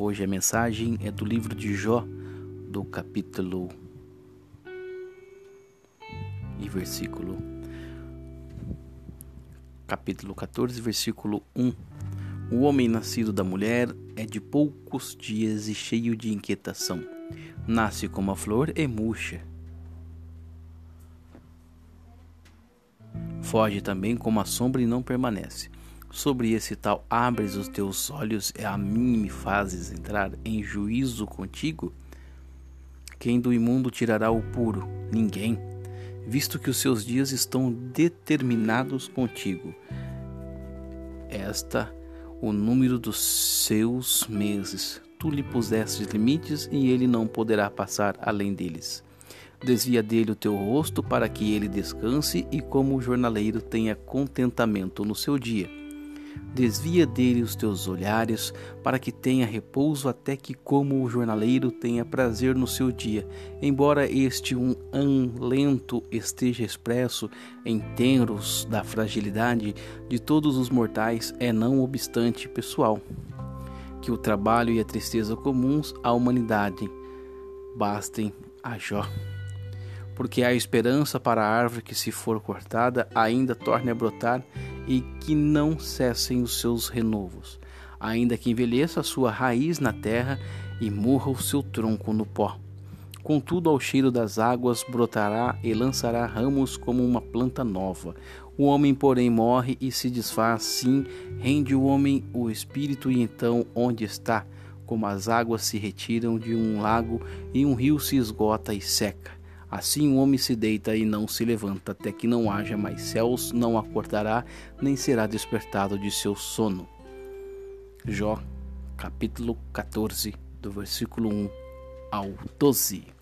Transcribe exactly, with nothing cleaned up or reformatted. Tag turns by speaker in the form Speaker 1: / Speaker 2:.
Speaker 1: Hoje a mensagem é do livro de Jó, do capítulo e versículo capítulo quatorze, versículo um. O homem nascido da mulher é de poucos dias e cheio de inquietação. Nasce como a flor e murcha. Foge também como a sombra e não permanece. Sobre esse tal abres os teus olhos e a mim me fazes entrar em juízo contigo? Quem do imundo tirará o puro? Ninguém, visto que os seus dias estão determinados contigo. Esta o número dos seus meses. Tu lhe pusestes limites e ele não poderá passar além deles. Desvia dele o teu rosto para que ele descanse e como o jornaleiro tenha contentamento no seu dia. Desvia dele os teus olhares para que tenha repouso até que como o jornaleiro tenha prazer no seu dia. Embora este um lento esteja expresso em tenros da fragilidade de todos os mortais, é não obstante pessoal, que o trabalho e a tristeza comuns à humanidade bastem a Jó. Porque há esperança para a árvore que, se for cortada, ainda torne a brotar e que não cessem os seus renovos, ainda que envelheça a sua raiz na terra e morra o seu tronco no pó. Contudo, ao cheiro das águas brotará e lançará ramos como uma planta nova. O homem, porém, morre e se desfaz, sim, rende o homem o espírito, e então onde está? Como as águas se retiram de um lago e um rio se esgota e seca. Assim o homem se deita e não se levanta, até que não haja mais céus, não acordará, nem será despertado de seu sono. Jó, capítulo quatorze, do versículo um ao doze.